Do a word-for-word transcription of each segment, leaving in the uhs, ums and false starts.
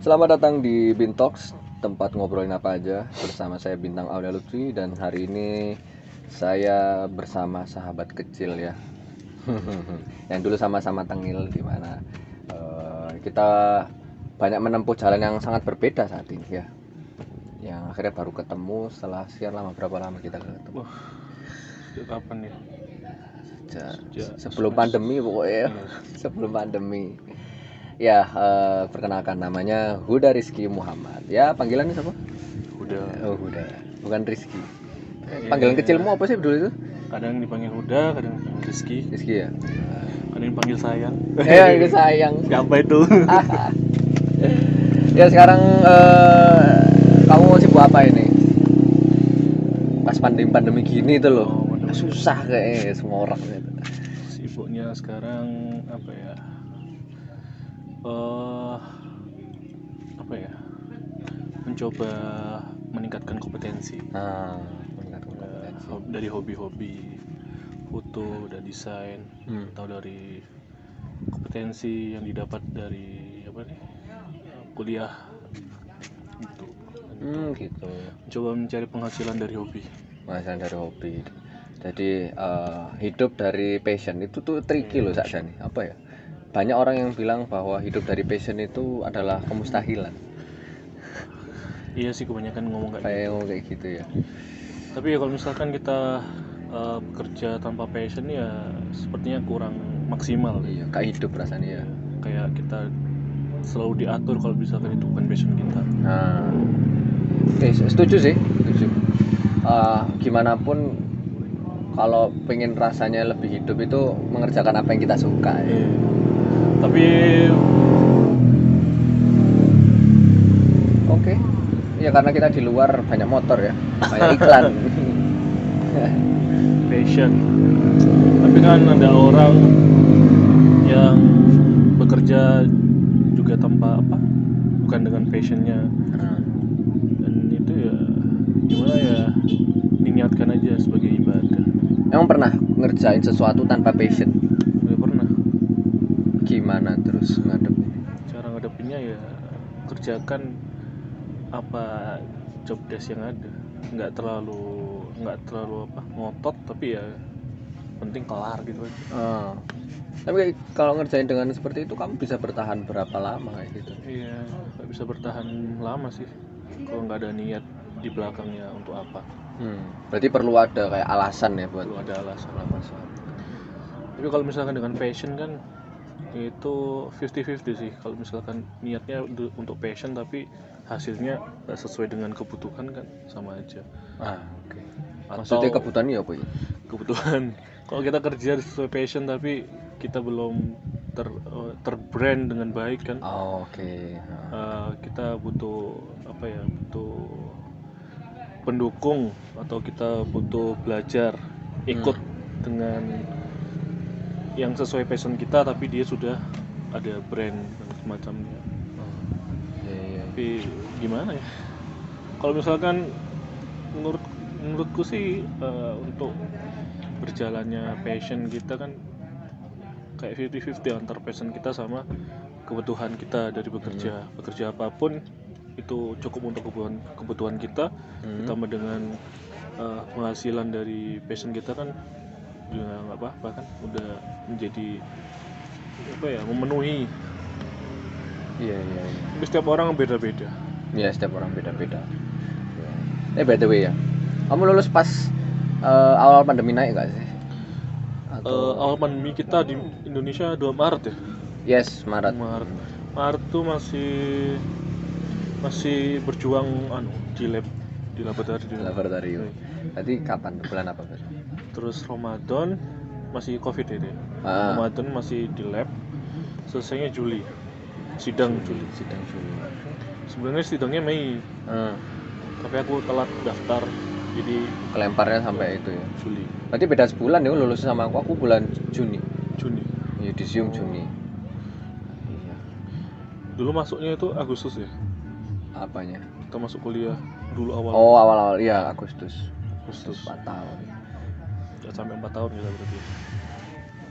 Selamat datang di Bintox, tempat ngobrolin apa aja. Bersama saya Bintang Aulia Lutfi dan hari ini saya bersama sahabat kecil ya. Yang dulu sama-sama tengil di mana uh, kita banyak menempuh jalan yang sangat berbeda saat ini ya. Yang akhirnya baru ketemu setelah sekian lama. Berapa lama kita ketemu? Wah, sejak kapan ya? Sejak, Sejak sebelum semester- pandemi pokoknya ya. Iya. Sebelum pandemi. Ya, uh, perkenalkan namanya Huda Rizky Muhammad. Ya, panggilannya siapa? Huda. Oh, Huda, bukan Rizky. Eh, Panggilan kecilmu apa sih dulu itu? Kadang dipanggil Huda, kadang dipanggil Rizky, Rizky ya? kadang dipanggil sayang. Eh, itu sayang. Siapa itu? Ya sekarang eh, kamu mau sibuk apa ini? Pas pandemi-pandemi gini tuh loh. Oh, pandemi. Susah kayaknya semua orang gitu. Sibuknya sekarang apa ya? Eh, apa ya? Mencoba meningkatkan kompetensi. Nah, meningkatkan Ya, kompetensi. hob- dari hobi-hobi foto dan desain, Hmm. atau dari kompetensi yang didapat dari apa nih? Kuliah gitu. Hmm, gitu. Coba mencari penghasilan dari hobi. Penghasilan dari hobi. Jadi eh, hidup dari passion itu tuh tricky loh Saksa nih. Apa ya? Banyak orang yang bilang bahwa hidup dari passion itu adalah kemustahilan. Iya sih, kebanyakan ngomong kayak Kayak gitu. ngomong kayak gitu ya. Tapi ya kalau misalkan kita uh, bekerja tanpa passion ya sepertinya kurang maksimal. Iya, kayak hidup rasanya ya. Kayak kita selalu diatur kalau misalkan itu bukan passion kita. Nah, oke, setuju sih, setuju. Uh, gimana pun kalau pengen rasanya lebih hidup itu mengerjakan apa yang kita suka ya. Iya. Tapi Oke, ya karena kita di luar banyak motor ya, banyak iklan. passion. Tapi kan ada orang yang bekerja juga tanpa apa? Bukan dengan passionnya. Nah, Dan itu ya gimana ya, diniatkan aja sebagai ibadah. emang pernah ngerjain sesuatu tanpa passion? Udah pernah. Gimana terus ngadep? Cara ngadepinnya ya kerjakan apa job desk yang ada, nggak terlalu nggak terlalu apa ngotot, tapi ya penting kelar gitu aja. Oh. Tapi kalau ngerjain dengan seperti itu kamu bisa bertahan berapa lama kayak gitu? Iya, nggak bisa bertahan lama sih kalau nggak ada niat di belakangnya untuk apa. Hmm. Berarti perlu ada kayak alasan ya buat Perlu ada alasan apa sih. Tapi kalau misalkan dengan passion kan itu fifty fifty sih. Kalau misalkan niatnya du- untuk passion tapi hasilnya nggak sesuai dengan kebutuhan kan sama aja. Ah, oke. Atau Maksudnya kebutuhan ya apa ya? kebutuhan kalau kita kerja sesuai passion tapi kita belum ter eh, terbrand dengan baik kan. Oh, oke. Nah. Eh, kita butuh apa ya, butuh pendukung atau kita butuh belajar ikut dengan yang sesuai passion kita tapi dia sudah ada brand dan semacamnya. Oh, iya, iya. Tapi gimana ya, kalau misalkan menurut menurutku sih eh, untuk berjalannya passion kita kan kayak fifty fifty antar passion kita sama kebutuhan kita dari bekerja. Bekerja apapun itu cukup untuk kebutuhan kebutuhan kita, Hmm. ditambah dengan uh, penghasilan dari passion kita kan juga nggak apa-apa kan, udah menjadi apa ya, memenuhi. Iya, iya, iya. Tapi setiap orang beda-beda. Ya, setiap orang beda-beda. Eh, by the way ya, kamu lulus pas eh, awal pandemi naik nggak sih? Uh, awal pandemi kita di Indonesia dua Maret ya. Yes, Maret. Maret. Maret tuh masih masih berjuang anu di lab di laboratorium. Di Laboratorium. Tadi kapan? Bulan apa berarti? Terus Ramadan masih Covid ya dia. Ah. Ramadan masih di lab. Selesainya Juli. Sidang Juli. Sidang Juli. Sebenarnya sidangnya Mei, Hmm. tapi aku telat daftar jadi Kelemparnya sampai itu ya. Juli. Berarti beda sebulan ya lulus sama aku. Aku bulan Juni. Juni. Yudisium Oh. Juni. Iya. Dulu masuknya itu Agustus ya. Apanya? Kita masuk kuliah dulu awal. Oh, awal-awal iya Agustus. Agustus. empat tahun. Ya, sampai empat tahun kita berarti.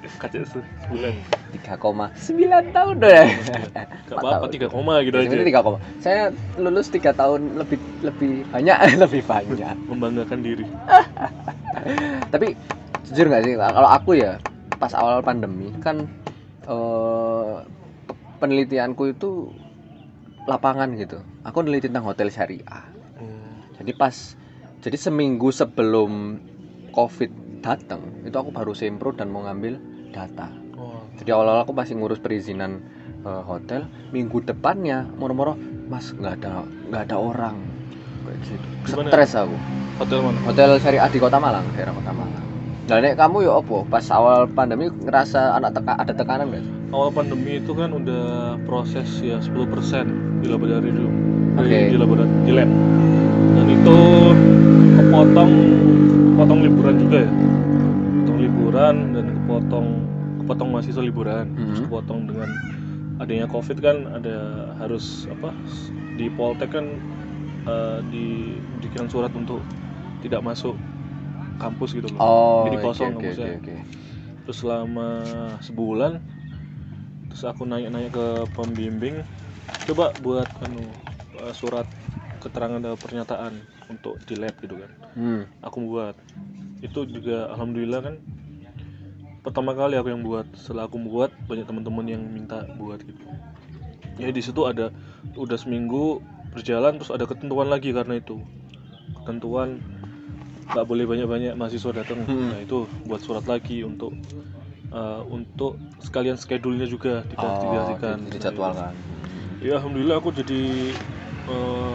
Kacau sebulan. tiga koma sembilan tahun deh. Gak apa-apa tiga koma gitu aja. Ini tiga koma. Saya lulus tiga tahun lebih lebih banyak lebih banyak. Membanggakan diri. Tapi jujur nggak sih kalau aku ya pas awal pandemi kan eh, penelitianku itu lapangan gitu. Aku neliti tentang hotel syariah. Hmm. Jadi pas jadi seminggu sebelum COVID datang itu aku baru sempro dan mau ngambil data. Oh. Jadi awal-awal aku masih ngurus perizinan uh, hotel. Minggu depannya moro-moro mas nggak ada nggak ada orang kayak gitu. Stres aku. Hotel mana? Hotel syariah di Kota Malang, daerah Kota Malang. Nah nek kamu ya opo pas awal pandemi ngerasa anak teka, ada tekanan nggak? Awal pandemi itu kan udah proses ya sepuluh persen di laboratorium. Oke. Di laboratorium di lab. Dan itu kepotong kepotong liburan juga ya. Kepotong liburan dan kepotong kepotong mahasiswa liburan. Mm-hmm. Terus kepotong dengan adanya Covid kan ada harus apa di Poltek kan uh, diberikan surat untuk tidak masuk kampus gitu loh. Oh, Jadi kosong okay, kampusnya. okay, okay. Terus selama sebulan terus aku nanya-nanya ke pembimbing coba buat anu uh, surat keterangan dan pernyataan untuk di lab gitu kan. Hmm. Aku buat. Itu juga alhamdulillah kan pertama kali aku yang buat. Setelah aku buat banyak teman-teman yang minta buat gitu. Ya di situ ada udah seminggu berjalan terus ada ketentuan lagi karena itu. Ketentuan nggak boleh banyak-banyak mahasiswa datang. Hmm. Nah itu buat surat lagi untuk uh, untuk sekalian schedule-nya juga dikasihkan. Oh, dijadwalkan. Ya alhamdulillah aku jadi uh,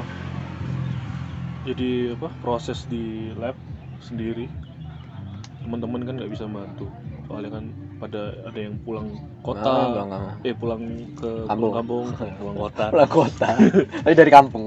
jadi apa proses di lab sendiri. Teman-teman kan nggak bisa bantu soalnya kan pada ada yang pulang kota, Ah, pulang kampung. eh pulang ke Kampung. pulang kampung, pulang kota. Pulang kota. Tapi dari kampung.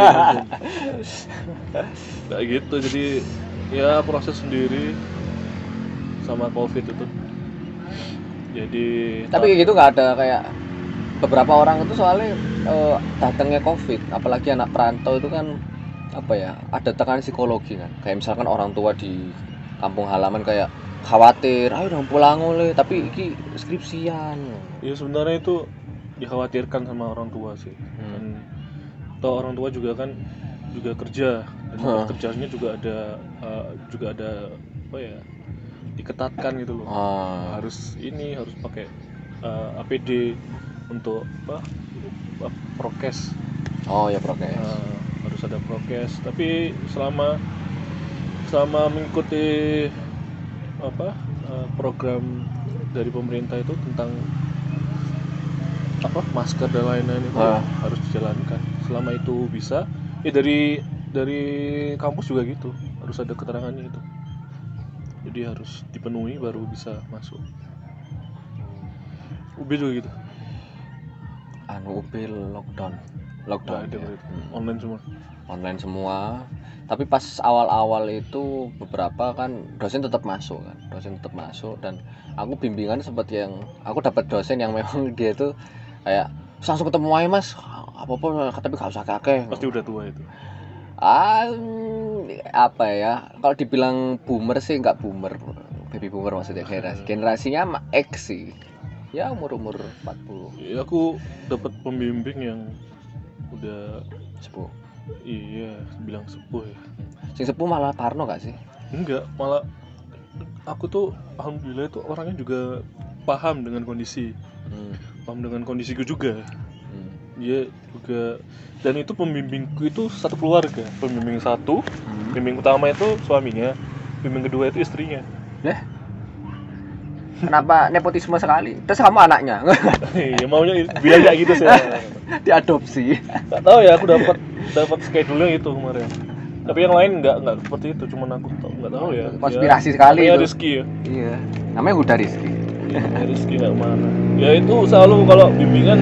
Kayak gitu jadi ya proses sendiri sama Covid itu. Jadi Tapi kayak gitu nggak ada kayak beberapa orang itu soalnya uh, datangnya Covid, apalagi anak perantau itu kan apa ya ada tekanan psikologi kan. Kayak misalkan orang tua di kampung halaman kayak khawatir, ayo dong pulang oleh, tapi iki skripsian. ya sebenarnya itu dikhawatirkan sama orang tua sih. Hmm. Dan toh orang tua juga kan juga kerja dan Huh. kerjanya juga ada uh, juga ada apa ya diketatkan gitu loh. Oh. Harus ini harus pakai uh, A P D untuk apa prokes. Oh ya prokes. Uh, harus ada prokes. Tapi selama selama mengikuti apa uh, program dari pemerintah itu tentang apa masker dan lain-lain itu Ah. harus dijalankan. Selama itu bisa, eh dari dari kampus juga gitu harus ada keterangannya itu. Jadi harus dipenuhi baru bisa masuk. U B juga gitu. Anu U B lockdown. Lockdown. Nggak ada Ya. berarti. Hmm. Online semua. Online semua. Tapi pas awal-awal itu beberapa kan dosen tetap masuk kan. Dosen tetap masuk dan aku bimbingan seperti yang aku dapat dosen yang memang dia itu kayak langsung ketemu aja mas apa-apa tapi gak usah kakek. Pasti udah tua itu. Ah, apa ya? Kalau dibilang boomer sih nggak boomer, baby boomer maksudnya generasi. Generasinya sama X sih. Ya umur-umur empat puluh. Ya, aku dapat pembimbing yang udah Sepuh. iya bilang sepuh ya. Sing sepuh malah parno gak sih? Enggak, malah aku tuh alhamdulillah itu orangnya juga paham dengan kondisi, Hmm. paham dengan kondisiku juga. Hmm. Dia juga dan itu pembimbingku itu satu keluarga. Pembimbing satu, Hmm. pembimbing utama itu suaminya, pembimbing kedua itu istrinya. Lah. Kenapa nepotisme sekali? Terus kamu anaknya? Ya maunya bilang kayak gitu sih. Diadopsi. Enggak tahu ya, aku dapat dapat schedule-nya itu kemarin. Tapi yang lain enggak enggak seperti itu, cuman aku tahu enggak tahu ya. Konspirasi ya, sekali namanya itu. Rizky ya. Iya. Namanya Huda Rizky. Ya, Rizky enggak kemana. Ya itu selalu kalau bimbingan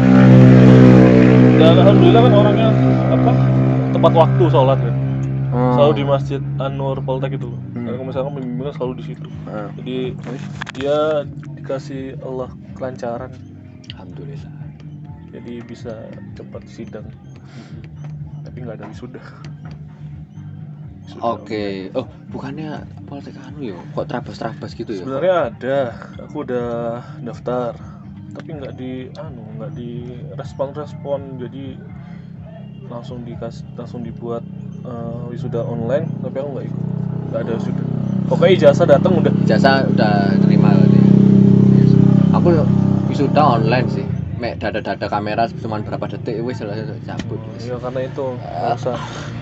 dan alhamdulillah kan orangnya apa? Tepat waktu sholat kan. Hmm. Selalu di Masjid Anwar Poltek itu loh. Hmm. Karena misalkan pembimbingan selalu di situ. Hmm. Jadi dia dikasih Allah kelancaran. Alhamdulillah. Jadi bisa cepat sidang. Tapi nggak ada wisuda. Sudah Oke. Oh, bukannya politik anu ya? Kok terabas-terabas gitu ya? sebenarnya ada, aku udah daftar tapi nggak di anu nggak di respon-respon, jadi langsung dikas langsung dibuat eh, wisuda online tapi aku nggak ikut, nggak ada wisuda. Pokoknya ijazah datang udah. Jasa udah terima berarti. Yes. Aku wisuda online sih. Mek dada-dada kamera cuma berapa detik wis selesai cabut. Oh, Wis. ya karena itu nggak usah.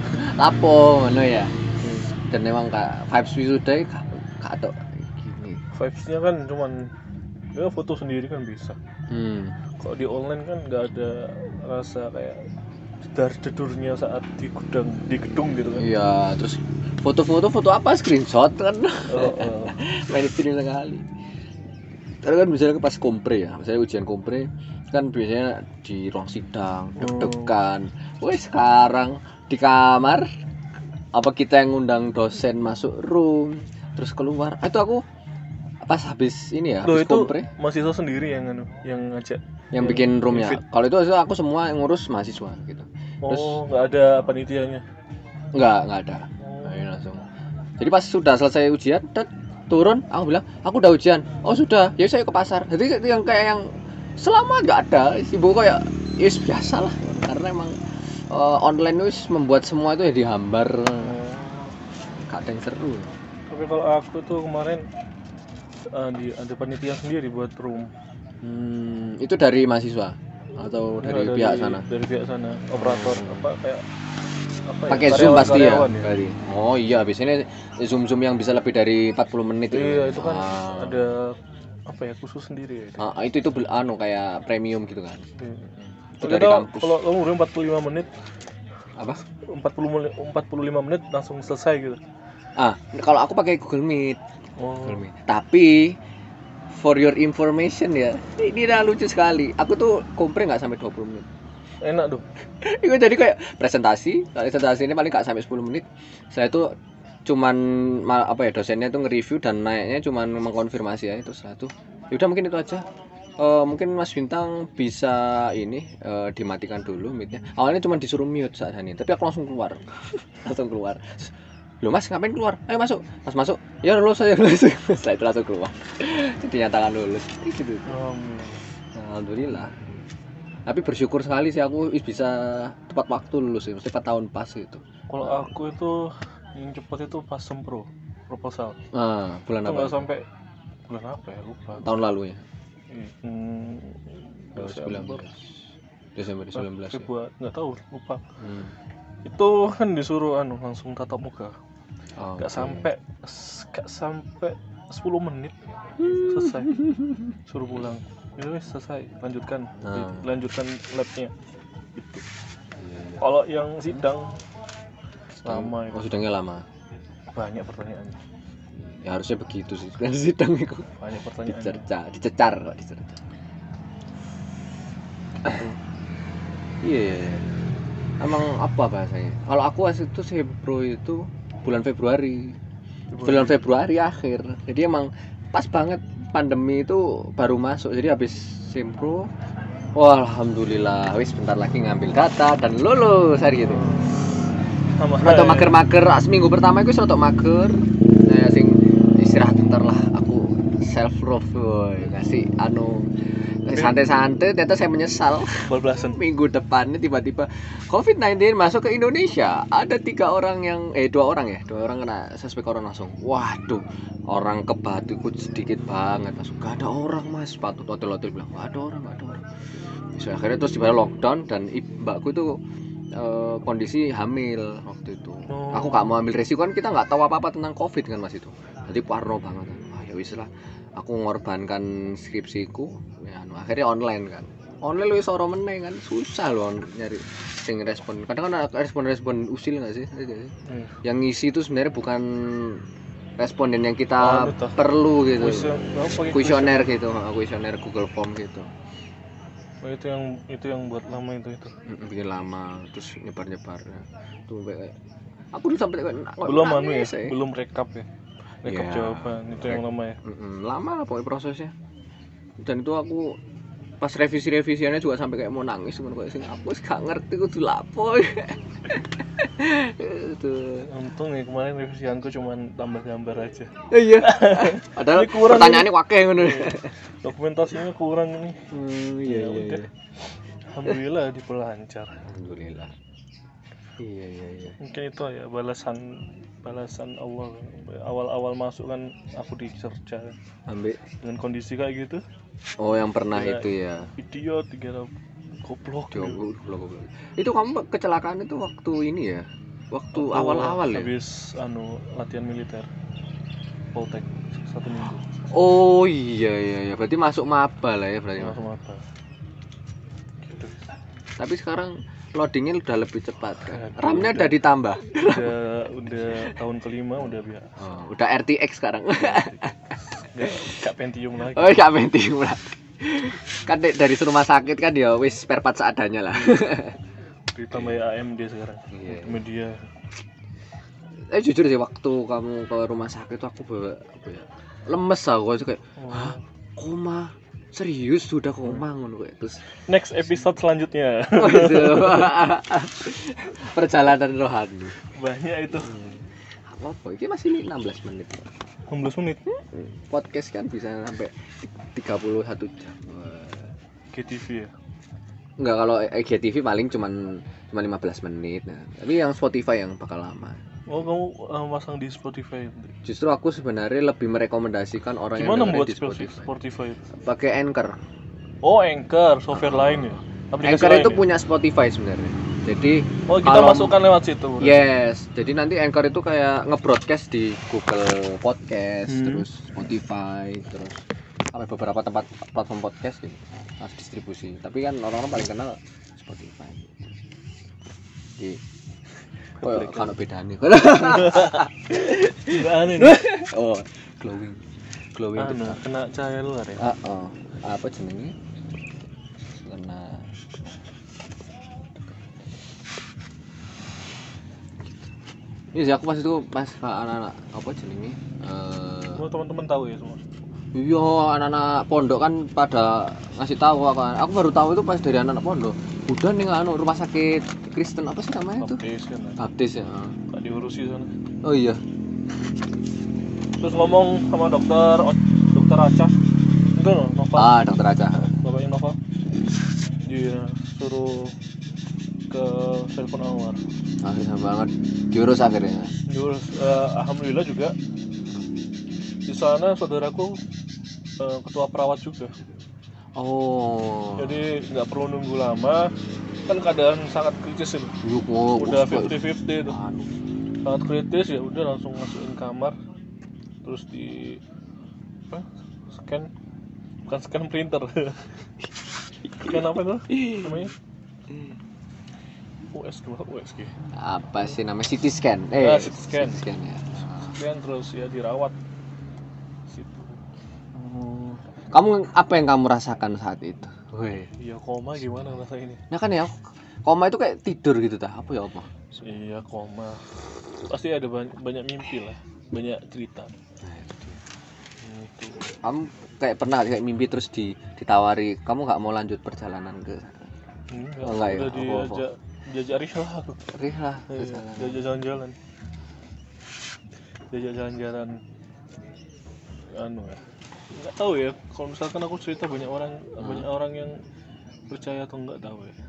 Lapo ngono ya. Hmm. Dan memang kak vibes wisuda gak gak tok gini. Vibes-nya kan cuman ya foto sendiri kan bisa. Hmm. Kalau di online kan nggak ada rasa kayak jedar-jedurnya saat di gudang di gedung gitu kan. Iya, terus foto-foto foto apa screenshot kan. Oh, oh. Main screen sekali. Terus kan misalnya pas kompre ya, misalnya ujian kompre kan biasanya di ruang sidang, deg-degan. Wih sekarang di kamar, apa kita yang ngundang dosen masuk room, terus keluar. Ah, itu aku pas habis ini ya, Loh, habis itu kompre, mahasiswa sendiri yang anu, yang ngajak. yang bikin roomnya. invite. Kalau itu aku semua yang ngurus mahasiswa gitu. Terus Oh, nggak ada panitianya. enggak, enggak ada. Oh. Ayo langsung. Jadi pas sudah selesai ujian, tet, turun, aku bilang, aku udah ujian. Oh sudah, ya saya ke pasar. Jadi yang kayak yang selama nggak ada, ibu kayak, ya biasa lah. Karena emang uh, online itu membuat semua itu ya dihambar, Oh. gak ada yang seru. Tapi kalau aku tuh kemarin uh, di ada panitia sendiri buat room. Hmm, itu dari mahasiswa atau dari Nggak, pihak sana? Dari pihak sana, operator apa kayak apa ya, Pakai Zoom karyawan- pasti ya, karyawan berarti. Oh iya, biasanya Zoom Zoom yang bisa lebih dari empat puluh menit itu. Iya, itu kan Ah. ada apa ya, khusus sendiri ya itu. Ah, itu itu bel- anu kayak premium gitu kan. Iya. Itu Ternyata dari kampus. kalau kamu udah empat puluh lima menit, Apa? empat puluh menit, empat puluh lima menit langsung selesai gitu. Ah, kalau aku pakai Google Meet. Oh. Google Meet. Tapi for your information ya, ini dah lucu sekali. Aku tuh kompre nggak sampai dua puluh menit. Enak dong. Itu jadi kayak presentasi. Presentasi ini paling nggak sampai sepuluh menit. Saya tuh cuman ma- apa ya, dosennya tuh nge-review dan naiknya cuman mengkonfirmasi ya itu satu. Ya udah mungkin itu aja. Eh, mungkin Mas Bintang bisa ini eh, dimatikan dulu meetnya. Awalnya cuma disuruh mute saat ini, tapi aku langsung keluar. Langsung keluar. Loh Mas ngapain keluar? Ayo masuk. Mas masuk. Ya lulus saya lulus. Setelah itu langsung keluar. Jadi nyatakan lulus. Gitu. Um, Alhamdulillah. Tapi bersyukur sekali sih aku bisa tepat waktu lulus sih. Mesti empat tahun pas gitu. kalau aku itu yang cepat itu pas sempro proposal. Nah, bulan Itu apa? nggak sampai bulan apa ya, lupa. Tahun lalu ya. Hmm, dua ribu sembilan belas. Desember sembilan belas. Ya? Februari, nggak tahu, lupa. Hmm. Itu kan disuruh anu langsung tatap muka. Oh, Nggak oke. sampai nggak sampai sepuluh menit selesai. Suruh pulang. Ya wes selesai, lanjutkan. Nah. Lanjutkan labnya. Gitu. Iya, iya. Kalau yang sidang lama Oh, itu, sidangnya lama. banyak pertanyaannya. Ya harusnya begitu sih. Kan sidang itu Banyak pertanyaannya. dicerca, dicecar, Pak, dicerca. Iya, iya, iya. Emang apa bahasanya? Kalau aku waktu itu Sempro itu bulan Februari. Bulan Februari akhir. Jadi emang pas banget pandemi itu baru masuk. Jadi habis Sempro, wah alhamdulillah, wis bentar lagi ngambil data dan lulus hari itu. Sama Atau mager-mager seminggu pertama itu rotok mager. Nah, sing istirahat bentar lah, aku self love boy, ngasih anu santai-santai, ternyata saya menyesal. bablasan. Minggu depannya tiba-tiba covid sembilan belas masuk ke Indonesia. Ada tiga orang yang eh dua orang ya, dua orang kena suspek corona langsung. Waduh, orang ke Batu itu sedikit banget langsung. Gak ada orang mas, Batu hotel-hotel bilang gak ada orang, gak ada orang. So, akhirnya terus tiba lockdown dan mbakku tuh eh, kondisi hamil waktu itu. Oh. Aku gak mau ambil resiko kan, kita nggak tahu apa-apa tentang covid kan mas itu. Jadi parno banget. Wah ya wis lah. Aku mengorbankan skripsiku, ya, anu, akhirnya online kan. Online lu iso ora meneh kan, susah loh nyari sing respon. Kadang kan ada respon-respon usil nggak sih? Hmm. Yang ngisi itu sebenarnya bukan responden yang kita Oh, betul. perlu gitu. Kuis- apa, pakai Kuesioner gitu, ha, kuesioner Google Form gitu. Oh, itu yang itu yang buat lama itu itu. Mm, bikin lama terus nyebar-nyebar. Tuh kayak aku dulu sampai Belum anu ya, nangis, belum rekap ya. Rekap Iya. jawaban itu yang lama ya. Mm-mm, lama lah pokoknya prosesnya. Dan itu aku pas revisi-revisiannya juga sampai kayak mau nangis ngono kayak sing aku wis gak ngerti kudu lapo. Itu. Untung nih kemarin revisianku cuman tambah gambar aja. Iya. Padahal Ini kurang pertanyaannya wakeh ngono. Dokumentasinya kurang ini. Hmm, iya Ya iya. udah. iya. Alhamdulillah dipelancar. Alhamdulillah. Iya iya iya. Mungkin itu ya balasan balasan Allah. Awal-awal masuk kan aku dicerca Ambil. dengan kondisi kayak gitu. Oh, yang pernah Ya, itu ya. Idiot, dikira goblok. Jauh, gitu. goblok, goblok. Itu kamu kecelakaan itu waktu ini ya? Waktu Waktu awal-awal ya? Habis anu latihan militer. Poltek satu minggu. Oh iya iya iya. Berarti masuk maba lah ya berarti. Langsung apa? Gitu. Tapi sekarang loadingnya udah lebih cepat kan? Aduh, RAM-nya udah. udah ditambah. Udah udah tahun kelima udah biasa. Oh, udah R T X sekarang. Gak, gak Pentium lagi. Oh, gak Pentium lah. Kan dek, dari rumah sakit kan ya wis spare part seadanya lah. Ditambah A M D sekarang. Iya. Media. Eh jujur sih waktu kamu ke rumah sakit tuh aku bawa apa ya? Lemes aku kayak Oh. hah, koma. Serius sudah koma ngono kayak terus Next episode selanjutnya. oh, itu. Perjalanan rohani. Banyak itu. Apa apa ini masih enam belas menit. enam belas menit. Podcast kan bisa sampai tiga puluh satu jam. Wah. G T V ya. Enggak, kalau I G T V paling cuman cuma lima belas menit. Nah, tapi yang Spotify yang bakal lama. Oh, kamu uh, masang di Spotify. Justru aku sebenarnya lebih merekomendasikan orang Gimana yang dengerin buat di Spotify? Spotify. Spotify? Pakai Anchor. Oh, Anchor, software lain ya. Aplikasi Anchor lain itu ya? punya Spotify sebenarnya. Jadi Oh, kita kalau- masukkan lewat situ. berarti? yes, jadi nanti Anchor itu kayak nge-broadcast di Google Podcast, Hmm. terus Spotify, terus apa beberapa tempat platform podcast gitu. Harus distribusi. Tapi kan orang-orang paling kenal Spotify. Jadi oh, kan bedane. Enggak aneh nih. Oh, glowing. Glowing Anu, itu. kena cahaya luar ya. Ah, oh. Apa jenenge? Karena Iya sih aku pas itu pas ke anak-anak apa jenenge? Eh Semua teman-teman tahu ya semua. iya anak-anak pondok kan pada ngasih tahu aku kan. Aku baru tahu itu pas dari anak-anak pondok. Udah nih anu rumah sakit Kristen apa sih namanya itu? Baptis kan. Baptis ya. Gak diurusi sana. Oh iya. Terus ngomong sama dokter, oh, dokter Acah. Itu loh, Nova. Ah, dokter Aca. Bapaknya Nova. Dia suruh ke telepon Anwar. Ah, bisa banget. Diurus akhirnya. Terus eh, alhamdulillah juga di sana saudaraku eh, ketua perawat juga. Oh. Jadi nggak perlu nunggu lama. Kan keadaan sangat kritis itu. Yuk, oh, Udah oh, fifty fifty itu. Aduh. Sangat kritis ya udah langsung masukin kamar. Terus di apa? Scan bukan scan printer. Scan apa itu namanya? U S dua U S G. Apa sih namanya C T scan? Eh, Ah, C T scan. C T scan ya. Scan terus ya dirawat. Situ. Kamu apa yang kamu rasakan saat itu? Woi. Iya koma gimana rasa ini? Nah kan ya koma itu kayak tidur gitu dah. Apa ya apa? Iya koma. Pasti ada banyak, banyak mimpi lah, banyak cerita. Nah, itu dia. Itu. Kamu kayak pernah kayak mimpi terus di, ditawari kamu nggak mau lanjut perjalanan ke Enggak, Oh, enggak ya? udah Apa-apa? diajak diajak Rihlah aku. Rih lah Iya, perjalanan. diajak jalan-jalan. Diajak jalan-jalan. Anu ya. Enggak tahu ya, kalau misalkan aku cerita banyak orang Hmm. banyak orang yang percaya atau enggak tahu ya.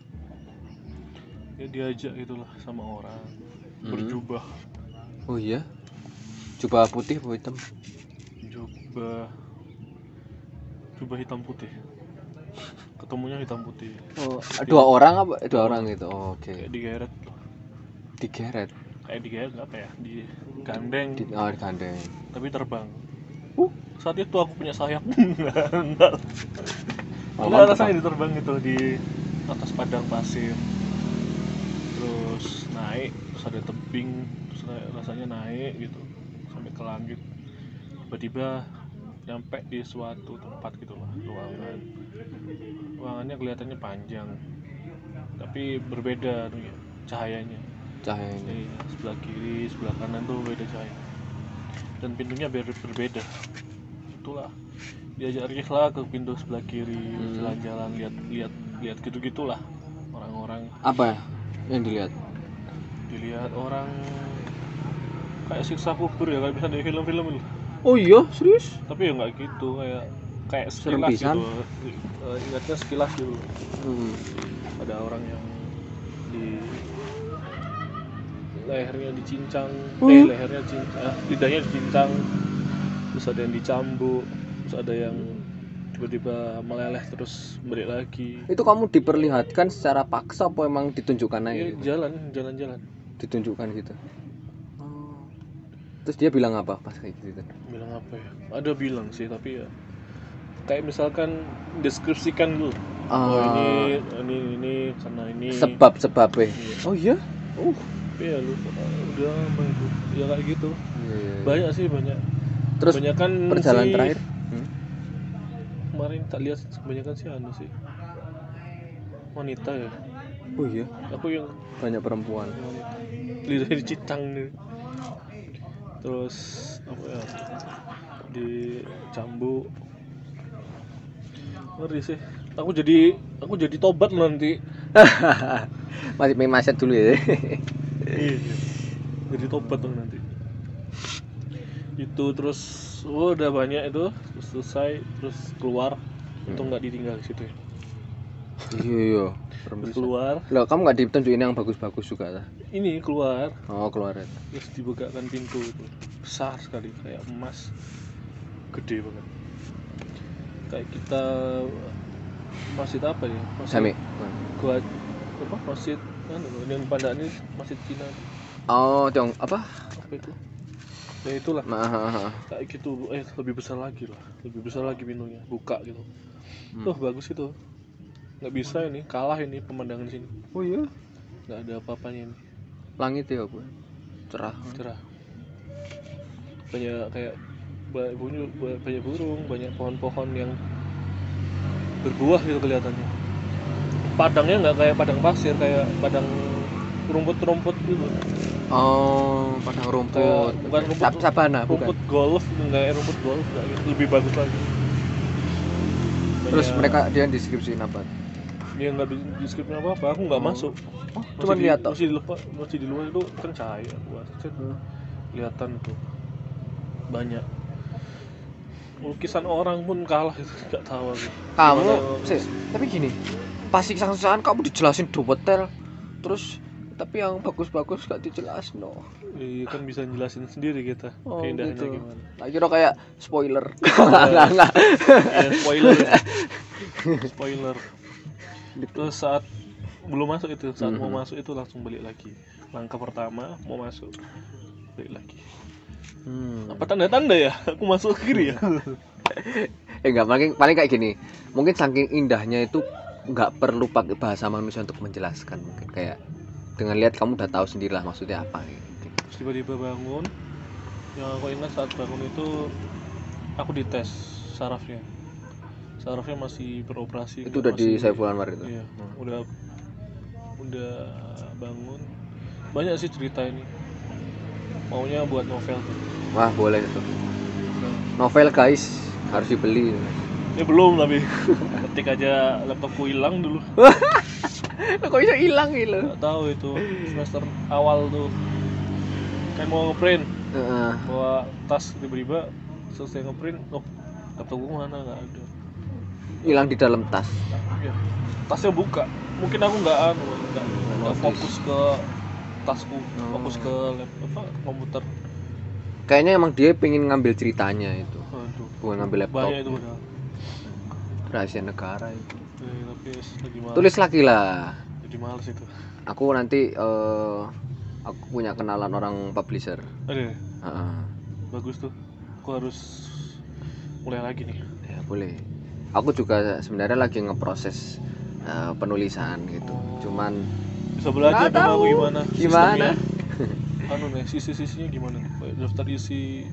Ya diajak itulah sama orang Hmm. berjubah, Oh iya. Jubah putih apa hitam? jubah jubah hitam putih. Ketemunya hitam putih. Oh, dua orang apa? Dua orang gitu. Oh, oke. Kayak digeret loh. Digeret. Kayak digeret apa ya? Digandeng Di oh, digandeng. tapi terbang. Uh, saat itu aku punya sayap. Enggak. Oh, Enggak mantap. rasanya diterbang gitu di atas padang pasir. Terus naik, terus ada tebing, terus rasanya naik gitu sampai ke langit. Tiba-tiba nyampe di suatu tempat gitu lah, ruangan. Ruangannya kelihatannya panjang. Tapi berbeda tuh ya, cahayanya. Cahayanya. Iya, sebelah kiri, sebelah kanan tuh beda cahaya. Dan pintunya ber- berbeda. Itulah diajak Rif lah ke pintu sebelah kiri, Hmm. jalan-jalan, lihat lihat lihat gitu-gitulah orang-orang. Apa yang dilihat? Dilihat orang kayak siksa kubur ya, kayak bisa di film-film itu. Oh iya, serius? Tapi ya nggak gitu, kayak kayak Serem sekilas pisan. gitu. Eh, ingatnya sekilas dulu. Hmm. Ada orang yang di lehernya dicincang, Oh, eh iya? lehernya cincang, eh, lidahnya dicincang, terus ada yang dicambuk, terus ada yang tiba-tiba meleleh terus balik lagi. Itu kamu diperlihatkan secara paksa apa emang ditunjukkan aja Ya, gitu? jalan, jalan-jalan. Ditunjukkan gitu. Oh. Terus dia bilang apa pas kayak gitu? Bilang apa ya? Ada bilang sih, tapi ya kayak misalkan deskripsikan dulu. Oh Ah, ini, ini, ini, karena ini. sebab-sebabnya. Iya. Oh iya? Oh. Tapi ya lu udah main ya kayak gitu. Iya, iya, iya. Banyak sih banyak. Terus Kebanyakan perjalanan sih, terakhir? Hmm? kemarin tak lihat kebanyakan sih anu sih wanita ya. Oh iya, Aku yang banyak perempuan. wanita. Lidahnya dicitang nih. Terus apa ya? Dicambuk. Ngeri sih. Aku jadi aku jadi tobat loh nanti. Masih main maset dulu ya. Iya. Jadi tobat dong nanti. Itu terus oh, udah banyak itu terus selesai terus keluar itu nggak ditinggal di situ ya. Iya iya. Serem Terus pisan. keluar Loh, kamu nggak ditunjukin yang bagus-bagus juga lah? ini keluar Oh, keluar ya. terus dibukakan pintu itu besar sekali kayak emas gede banget kayak kita masjid apa ya masjid Sami. gua apa masjid kan yang pada ini masjid Cina Oh, dong apa? apa itu ya itulah Nah, kayak gitu eh lebih besar lagi lah lebih besar lagi pintunya buka gitu Hmm. tuh bagus itu nggak bisa ini kalah ini pemandangan di sini Oh iya. nggak ada apa-apanya ini Langit ya, Bu. Cerah. cerah banyak kayak banyak bunyi banyak burung banyak pohon-pohon yang berbuah gitu kelihatannya padangnya nggak kayak padang pasir kayak padang rumput-rumput gitu Oh, padang rumput. Kayak- bukan rumput- Sab- sabana, bukan. rumput golf nggak kayak rumput golf nggak gitu lebih bagus lagi Terus Banyak- mereka dia deskripsiin apa? dia nggak di deskripsi apa apa aku nggak Oh. masuk Oh, Masih cuma di- lihat toh. masih di luar masih di luar itu kan cahaya luar Set, kelihatan tuh banyak lukisan orang pun kalah itu nggak tahu aku Kamu Gimana- sih, tapi gini. Pas siksa-siksaan kamu dijelasin detail. Terus tapi yang bagus-bagus gak dijelasin no. Iya kan bisa jelasin sendiri kita Oh, keindahannya gitu. gimana. Nah, kira kayak spoiler. Enggak, enggak. Ya spoiler. spoiler. Terus saat belum masuk itu, saat mau Mhm. masuk itu langsung balik lagi. Langkah pertama mau masuk balik lagi. Hmm. Apa tanda-tanda ya? Aku masuk ke kiri ya. Eh enggak, paling paling kayak gini. Mungkin saking indahnya itu nggak perlu pakai bahasa manusia untuk menjelaskan, mungkin kayak dengan lihat kamu udah tahu sendirilah maksudnya apa gitu. Terus tiba-tiba bangun. Yang aku ingat saat bangun itu aku dites sarafnya. Sarafnya masih beroperasi. Itu udah di masih- Saiful Anwar itu. Iya, udah udah bangun. Banyak sih cerita ini. Maunya buat novel tuh. Wah, boleh itu. Novel guys, harus dibeli. Ya belum tapi ketik aja laptopku hilang dulu. Lo kok bisa hilang gitu? Nggak tahu itu semester awal tuh. Kayak mau ngeprint, Heeh. bawa tas tiba-tiba selesai ngeprint, oh laptopku mana nggak ada. Hilang di dalam tas. Ya, tasnya buka. Mungkin aku nggak anu, nggak nggak Notice. fokus ke tasku, Oh. fokus ke laptop apa komputer. Kayaknya emang dia pengen ngambil ceritanya itu, Aduh, bukan ngambil laptop. banyak itu padahal. Rahasia negara itu. Eh, tapi lagi males. Tulis lagi lah. Jadi males itu. Aku nanti eh, aku punya kenalan orang publisher. Ada, Heeh. bagus tuh. Aku harus mulai lagi nih. Ya boleh. Aku juga sebenarnya lagi ngeproses eh, penulisan gitu. Oh. Cuman Bisa belajar Nggak dong tahu. aku gimana. Gimana? sistemnya. Anu nih, sisi-sisinya gimana? Kayak daftar isi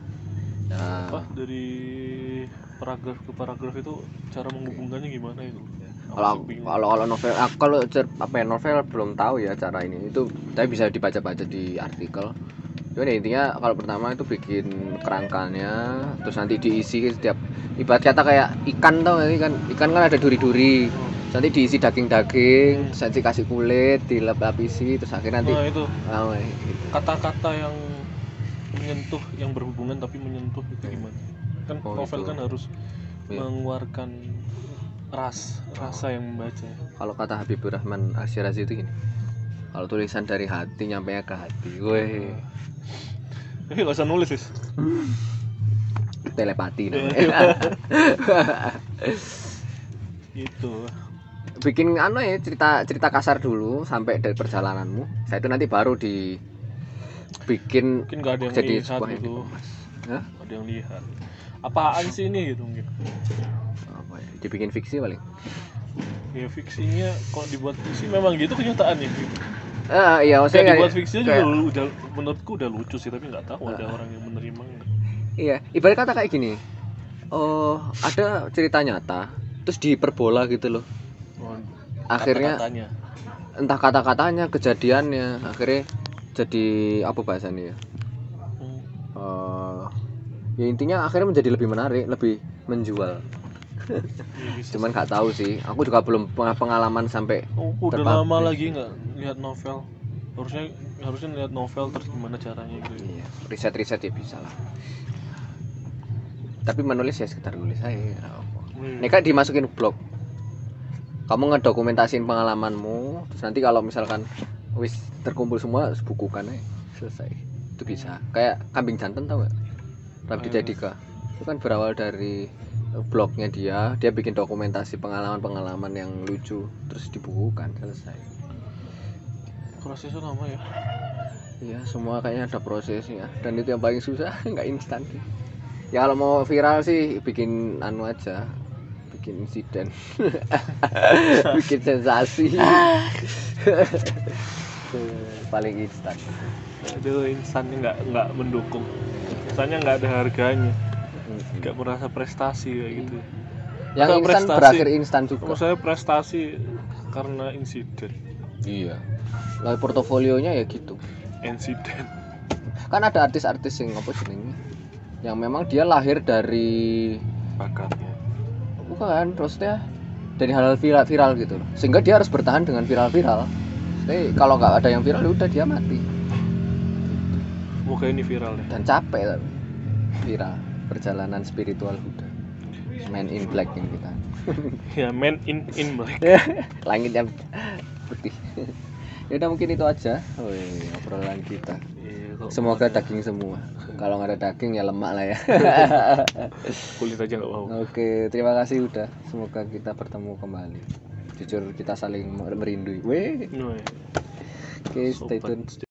ya, apa dari paragraf ke paragraf itu cara menghubungkannya gimana itu? Aku kalau sih bingung. kalau kalau novel aku kalau cer- apa ya, novel belum tahu ya cara ini. Itu tapi bisa dibaca-baca di artikel. Cuman ya intinya kalau pertama itu bikin kerangkanya, terus nanti diisi setiap ibarat kata kayak ikan tau gak sih kan, ikan kan ada duri-duri, Hmm. nanti diisi daging-daging, Hmm. terus nanti kasih kulit, dilap-lapisi, terus akhirnya nanti Nah itu oh, gitu. kata-kata yang menyentuh, yang berhubungan tapi menyentuh itu gimana? Kan Oh, novel itu. kan harus Iya. mengeluarkan ras rasa yang membaca. Kalau kata Habibur Rahman Asyirazi itu gini, kalau tulisan dari hati nyampe ke hati, weh, Tapi nggak usah nulis sih. telepati namanya. Itu Bikin anu ya cerita cerita kasar dulu sampai dari perjalananmu. Saya itu nanti baru dibikin mungkin nggak ada yang jadi lihat sebuah yang gitu. dikemas. Hah? Nggak ada yang lihat. Apaan sih ini gitu mungkin? Apa ya? Dibikin fiksi paling. Ya fiksinya kalau dibuat fiksi memang gitu kenyataannya. Gitu. Eh iya Ya maksudnya dibuat kayak, fiksi juga kayak, lu- udah menurutku udah lucu sih, tapi nggak tahu ada orang yang menerima nggak. iya ibarat kata kayak gini. Oh ada cerita nyata terus diperbola gitu loh. Oh, Akhirnya kata-katanya. entah kata-katanya kejadiannya akhirnya jadi apa bahasanya ya. Hmm. Eh, ya intinya akhirnya menjadi lebih menarik, lebih menjual. Ya, bisa Cuman sih. nggak tahu sih, aku juga belum punya pengalaman sampai Oh, udah terpublish. lama lagi nggak lihat novel. Harusnya harusnya lihat novel terus gimana caranya gitu. Iya, riset-riset ya bisa lah. Tapi menulis ya sekedar nulis aja. Hmm. Ini kan dimasukin blog. Kamu ngedokumentasin pengalamanmu, terus nanti kalau misalkan wis terkumpul semua, bukukan aja, selesai. Itu bisa. Kayak kambing jantan tau gak? Raditya Dika. Itu kan berawal dari blognya dia, dia bikin dokumentasi pengalaman-pengalaman yang lucu, terus dibukukan, selesai. Prosesnya lama ya. Iya, semua kayaknya ada prosesnya, dan itu yang paling susah, nggak instan sih. Ya kalau mau viral sih bikin anu aja, bikin insiden, bikin sensasi. Paling instan. Aduh, insannya nggak nggak mendukung. Misalnya nggak ada harganya, nggak merasa prestasi kayak gitu. Yang Masa instan prestasi- berakhir instan juga. Menurut saya prestasi karena insiden. Iya. Lah portofolionya ya gitu. Insiden. Kan ada artis-artis yang apa jenenge, yang memang dia lahir dari Bakatnya. bukan, maksudnya dari hal-hal viral, viral gitu loh. Sehingga dia harus bertahan dengan viral-viral. Jadi kalau nggak ada yang viral udah dia mati. Muka ini viral deh. Dan capek tapi viral. Perjalanan spiritual Buddha. Man in Black ini kita. Ya, man in in black. Langit yang putih. Ya udah mungkin itu aja. Woi, obrolan kita. Iya, kok Semoga ada daging semua. Kalau nggak ada daging ya lemak lah ya. kulit aja nggak mau. Oke, terima kasih udah. Semoga kita bertemu kembali. Jujur kita saling merindui. Weh. Nah, Oke, stay sobat. tune.